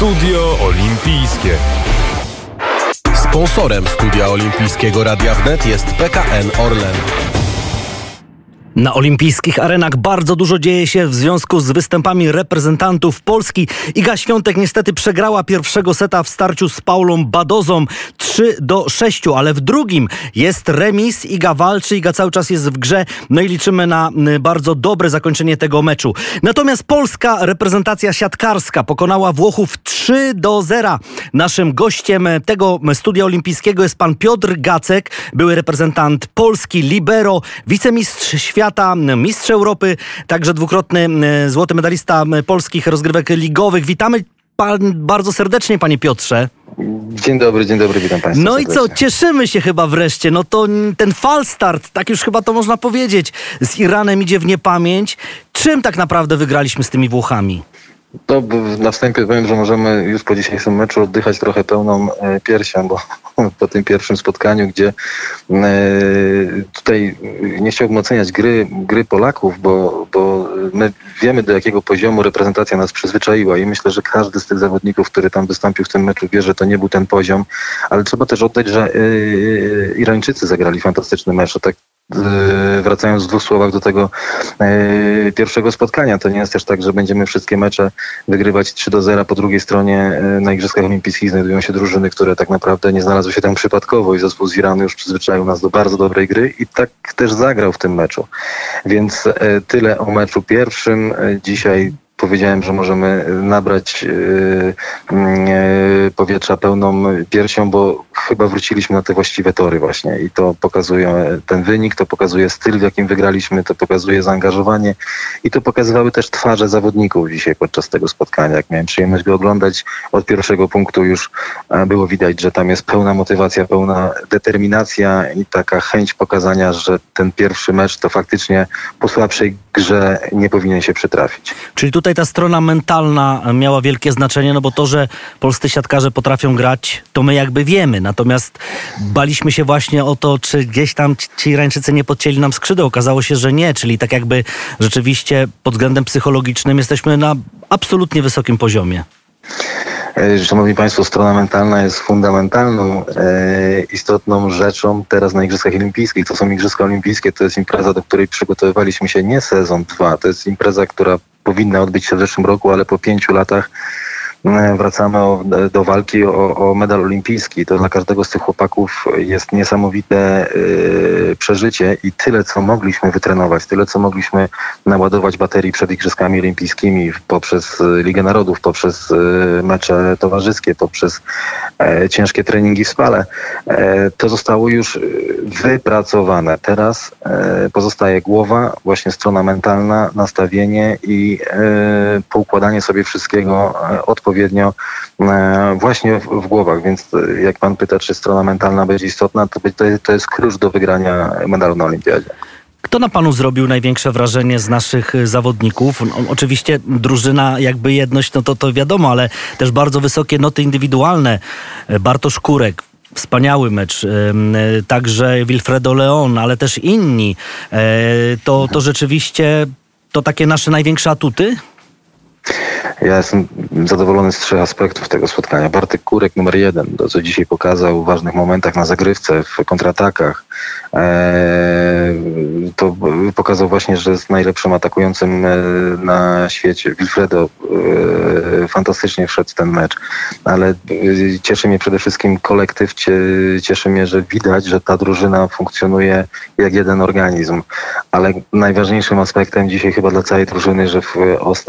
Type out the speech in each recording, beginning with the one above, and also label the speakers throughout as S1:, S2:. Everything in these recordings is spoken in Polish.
S1: Studio Olimpijskie.
S2: Sponsorem Studia Olimpijskiego Radia Wnet jest PKN Orlen.
S3: Na olimpijskich arenach bardzo dużo dzieje się w związku z występami reprezentantów Polski. Iga Świątek niestety przegrała pierwszego seta w starciu z Paulą Badozą 3-6, ale w drugim jest remis. Iga walczy, Iga cały czas jest w grze, no i liczymy na bardzo dobre zakończenie tego meczu. Natomiast polska reprezentacja siatkarska pokonała Włochów 3-0. Naszym gościem tego studia olimpijskiego jest pan Piotr Gacek, były reprezentant Polski, libero, wicemistrz świata, mistrz Europy, także dwukrotny złoty medalista polskich rozgrywek ligowych. Witamy pan bardzo serdecznie, panie Piotrze.
S4: Dzień dobry, witam państwa.
S3: No serdecznie. I co, cieszymy się chyba wreszcie. No to ten falstart, tak już chyba to można powiedzieć, z Iranem idzie w niepamięć. Czym tak naprawdę wygraliśmy z tymi Włochami?
S4: To na wstępie powiem, że możemy już po dzisiejszym meczu oddychać trochę pełną piersią, bo po tym pierwszym spotkaniu, gdzie tutaj nie chciałbym oceniać gry Polaków, bo my wiemy, do jakiego poziomu reprezentacja nas przyzwyczaiła i myślę, że każdy z tych zawodników, który tam wystąpił w tym meczu, wie, że to nie był ten poziom, ale trzeba też oddać, że Irańczycy zagrali fantastyczny mecz. Tak wracając w dwóch słowach do tego pierwszego spotkania, to nie jest też tak, że będziemy wszystkie mecze wygrywać 3-0. Po drugiej stronie na Igrzyskach Olimpijskich znajdują się drużyny, które tak naprawdę nie znalazły się tam przypadkowo i zespół z Iranu już przyzwyczaił nas do bardzo dobrej gry i tak też zagrał w tym meczu. Więc tyle o meczu pierwszym. Dzisiaj powiedziałem, że możemy nabrać powietrza pełną piersią, bo chyba wróciliśmy na te właściwe tory właśnie i to pokazuje ten wynik, to pokazuje styl, w jakim wygraliśmy, to pokazuje zaangażowanie i to pokazywały też twarze zawodników dzisiaj podczas tego spotkania. Jak miałem przyjemność go oglądać, od pierwszego punktu już było widać, że tam jest pełna motywacja, pełna determinacja i taka chęć pokazania, że ten pierwszy mecz to faktycznie po słabszej grze nie powinien się przytrafić.
S3: Czyli tutaj ta strona mentalna miała wielkie znaczenie, no bo to, że polscy siatkarze potrafią grać, to my jakby wiemy. Natomiast baliśmy się właśnie o to, czy gdzieś tam ci Irańczycy nie podcięli nam skrzydeł. Okazało się, że nie. Czyli tak jakby rzeczywiście pod względem psychologicznym jesteśmy na absolutnie wysokim poziomie.
S4: Szanowni Państwo, strona mentalna jest fundamentalną, istotną rzeczą teraz na Igrzyskach Olimpijskich. To są Igrzyska Olimpijskie, to jest impreza, do której przygotowywaliśmy się nie sezon 2. To jest impreza, która powinna odbyć się w zeszłym roku, ale po 5 latach wracamy do walki o medal olimpijski. To dla każdego z tych chłopaków jest niesamowite przeżycie i tyle, co mogliśmy wytrenować, tyle, co mogliśmy naładować baterii przed Igrzyskami Olimpijskimi poprzez Ligę Narodów, poprzez mecze towarzyskie, poprzez ciężkie treningi w Spale. To zostało już wypracowane. Teraz pozostaje głowa, właśnie strona mentalna, nastawienie i poukładanie sobie wszystkiego odpowiednio właśnie w głowach, więc jak pan pyta, czy strona mentalna będzie istotna, to jest klucz do wygrania medalu na Olimpiadzie.
S3: Kto na panu zrobił największe wrażenie z naszych zawodników? No, oczywiście drużyna, jakby jedność, no to wiadomo, ale też bardzo wysokie noty indywidualne. Bartosz Kurek, wspaniały mecz, także Wilfredo Leon, ale też inni. To rzeczywiście to takie nasze największe atuty?
S4: Ja jestem zadowolony z 3 aspektów tego spotkania. Bartek Kurek numer 1, to co dzisiaj pokazał w ważnych momentach na zagrywce, w kontratakach. To pokazał właśnie, że jest najlepszym atakującym na świecie. Wilfredo fantastycznie wszedł w ten mecz, ale cieszy mnie przede wszystkim kolektyw, cieszy mnie, że widać, że ta drużyna funkcjonuje jak jeden organizm, ale najważniejszym aspektem dzisiaj chyba dla całej drużyny, że w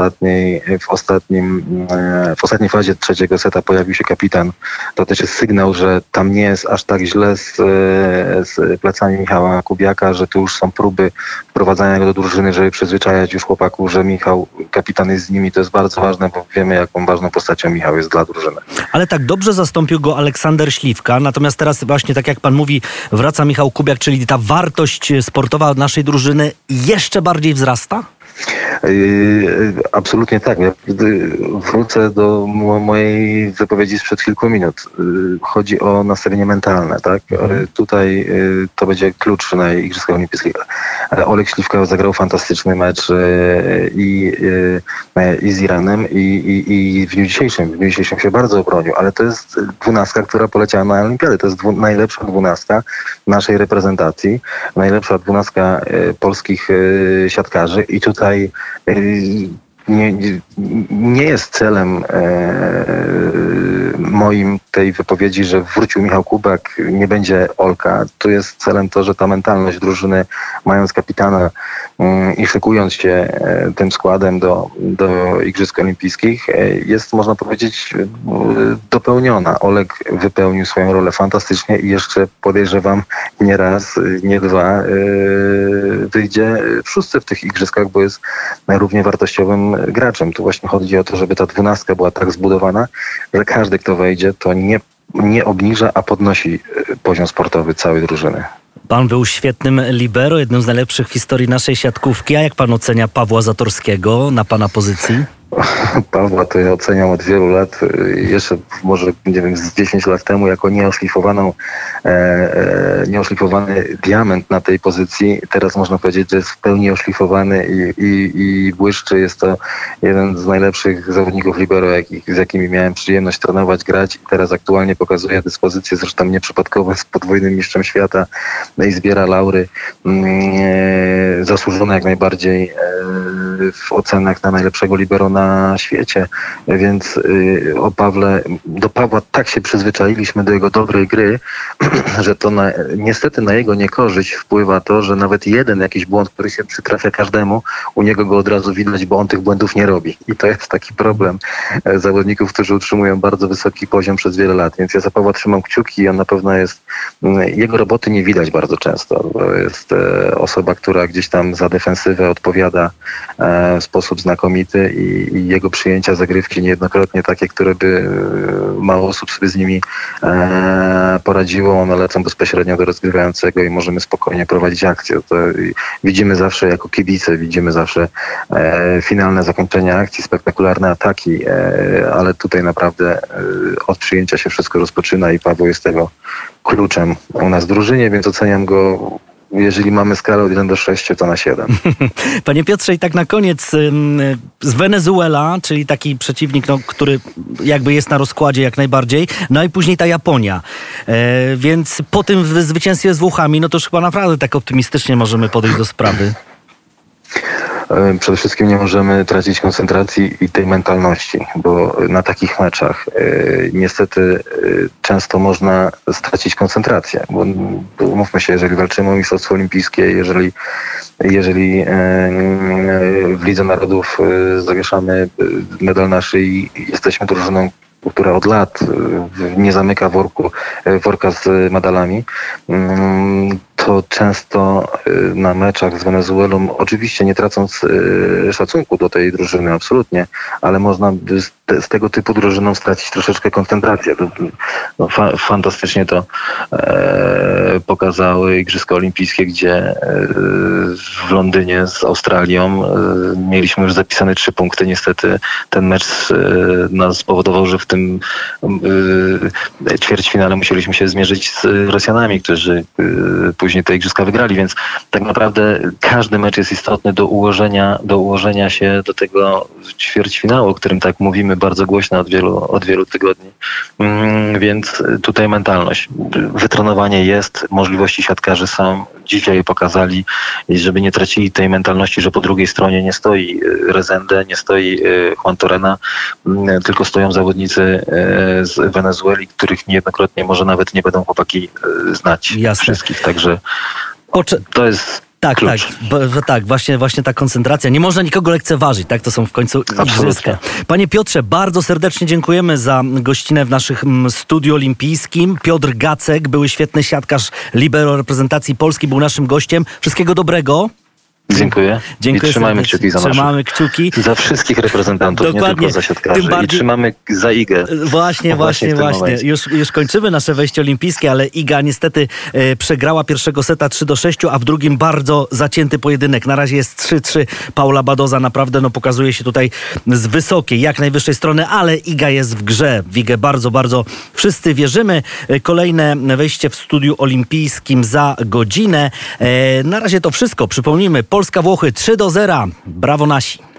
S4: ostatniej fazie trzeciego seta pojawił się kapitan. To też jest sygnał, że tam nie jest aż tak źle z plecami Michała Kubiaka, że tu już są próby wprowadzania go do drużyny, żeby przyzwyczajać już chłopaków, że Michał, kapitan jest z nimi. To jest bardzo ważne, bo wiemy, jaką ważną postacią Michał jest dla drużyny. Ale
S3: tak dobrze zastąpił go Aleksander Śliwka, natomiast teraz właśnie, tak jak pan mówi, wraca Michał Kubiak, czyli ta wartość sportowa naszej drużyny jeszcze bardziej wzrasta?
S4: Absolutnie tak. Ja wrócę do mojej wypowiedzi sprzed kilku minut. Chodzi o nastawienie mentalne, tak? Tutaj to będzie klucz na Igrzyskach Olimpijskich. Oleg Śliwka zagrał fantastyczny mecz i z Iranem i w dniu dzisiejszym się bardzo obronił, ale to jest 12, która poleciała na Olimpiadę. To jest najlepsza 12 naszej reprezentacji, najlepsza 12 polskich siatkarzy i tutaj nie jest celem moim tej wypowiedzi, że wrócił Michał Kubak, nie będzie Olka. Tu jest celem to, że ta mentalność drużyny, mając kapitana i szykując się tym składem do Igrzysk Olimpijskich, jest, można powiedzieć, dopełniona. Oleg wypełnił swoją rolę fantastycznie i jeszcze podejrzewam nie raz, nie dwa wyjdzie w szóstce w tych igrzyskach, bo jest równie wartościowym graczem. Tu właśnie chodzi o to, żeby ta 12 była tak zbudowana, że każdy, kto wejdzie, to nie obniża, a podnosi poziom sportowy całej drużyny.
S3: Pan był świetnym libero, jednym z najlepszych w historii naszej siatkówki. A jak pan ocenia Pawła Zatorskiego na pana pozycji?
S4: Pawła to ja oceniam od wielu lat, jeszcze może, nie wiem, z 10 lat temu jako nieoszlifowany diament na tej pozycji. Teraz można powiedzieć, że jest w pełni oszlifowany i błyszczy. Jest to jeden z najlepszych zawodników libero, z jakimi miałem przyjemność trenować, grać. I teraz aktualnie pokazuje dyspozycję, zresztą nieprzypadkowo jest podwójnym mistrzem świata i zbiera laury zasłużone jak najbardziej w ocenach na najlepszego libero na świecie, więc do Pawła tak się przyzwyczailiśmy do jego dobrej gry, że to niestety na jego niekorzyść wpływa to, że nawet jeden jakiś błąd, który się przytrafia każdemu, u niego go od razu widać, bo on tych błędów nie robi. I to jest taki problem zawodników, którzy utrzymują bardzo wysoki poziom przez wiele lat. Więc ja za Pawła trzymam kciuki i on na pewno jego roboty nie widać bardzo często. To jest osoba, która gdzieś tam za defensywę odpowiada w sposób znakomity i jego przyjęcia zagrywki niejednokrotnie takie, które by mało osób sobie z nimi poradziło. One lecą bezpośrednio do rozgrywającego i możemy spokojnie prowadzić akcję. To widzimy zawsze jako kibice, widzimy zawsze finalne zakończenie akcji, spektakularne ataki, ale tutaj naprawdę od przyjęcia się wszystko rozpoczyna i Paweł jest tego kluczem u nas w drużynie, więc oceniam go, jeżeli mamy skalę od 1 do 6, to na 7.
S3: Panie Piotrze, i tak na koniec z Wenezuela, czyli taki przeciwnik, który jakby jest na rozkładzie jak najbardziej, no i później ta Japonia. Więc po tym zwycięstwie z Włochami, no to już chyba naprawdę tak optymistycznie możemy podejść do sprawy.
S4: Przede wszystkim nie możemy tracić koncentracji i tej mentalności, bo na takich meczach niestety często można stracić koncentrację, bo umówmy się, jeżeli walczymy o Mistrzostwo Olimpijskie, jeżeli w Lidze Narodów zawieszamy medal na szyi i jesteśmy drużyną, która od lat nie zamyka worka z medalami, to często na meczach z Wenezuelą, oczywiście nie tracąc szacunku do tej drużyny, absolutnie, ale można z tego typu drużyną stracić troszeczkę koncentrację. Fantastycznie to pokazały Igrzyska Olimpijskie, gdzie w Londynie z Australią mieliśmy już zapisane 3 punkty. Niestety ten mecz nas spowodował, że w tym ćwierćfinale musieliśmy się zmierzyć z Rosjanami, którzy później te igrzyska wygrali, więc tak naprawdę każdy mecz jest istotny do ułożenia się do tego ćwierćfinału, o którym tak mówimy bardzo głośno od wielu tygodni. Więc tutaj mentalność. Wytrenowanie jest, możliwości siatkarzy są. Dzisiaj pokazali, żeby nie tracili tej mentalności, że po drugiej stronie nie stoi Rezende, nie stoi Juan Torrena, tylko stoją zawodnicy z Wenezueli, których niejednokrotnie może nawet nie będą chłopaki znać wszystkich. Także to jest klucz.
S3: Tak, właśnie ta koncentracja. Nie można nikogo lekceważyć, tak? To są w końcu igrzyska. Panie Piotrze, bardzo serdecznie dziękujemy za gościnę w naszym studiu olimpijskim. Piotr Gacek, były świetny siatkarz libero reprezentacji Polski, był naszym gościem. Wszystkiego dobrego.
S4: Dziękuję.
S3: Dziękuję.
S4: I trzymajmy kciuki za
S3: Trzymamy kciuki.
S4: Za wszystkich reprezentantów,
S3: Dokładnie.
S4: nie tylko za siatkarzy.
S3: Tym bardziej...
S4: I trzymamy za Igę.
S3: Właśnie. Już kończymy nasze wejście olimpijskie, ale Iga niestety przegrała pierwszego seta 3-6, a w drugim bardzo zacięty pojedynek. Na razie jest 3-3. Paula Badoza naprawdę pokazuje się tutaj z wysokiej, jak najwyższej strony, ale Iga jest w grze. W Igę bardzo, bardzo wszyscy wierzymy. Kolejne wejście w studiu olimpijskim za godzinę. Na razie to wszystko. Przypomnijmy, Polska-Włochy 3-0. Brawo nasi.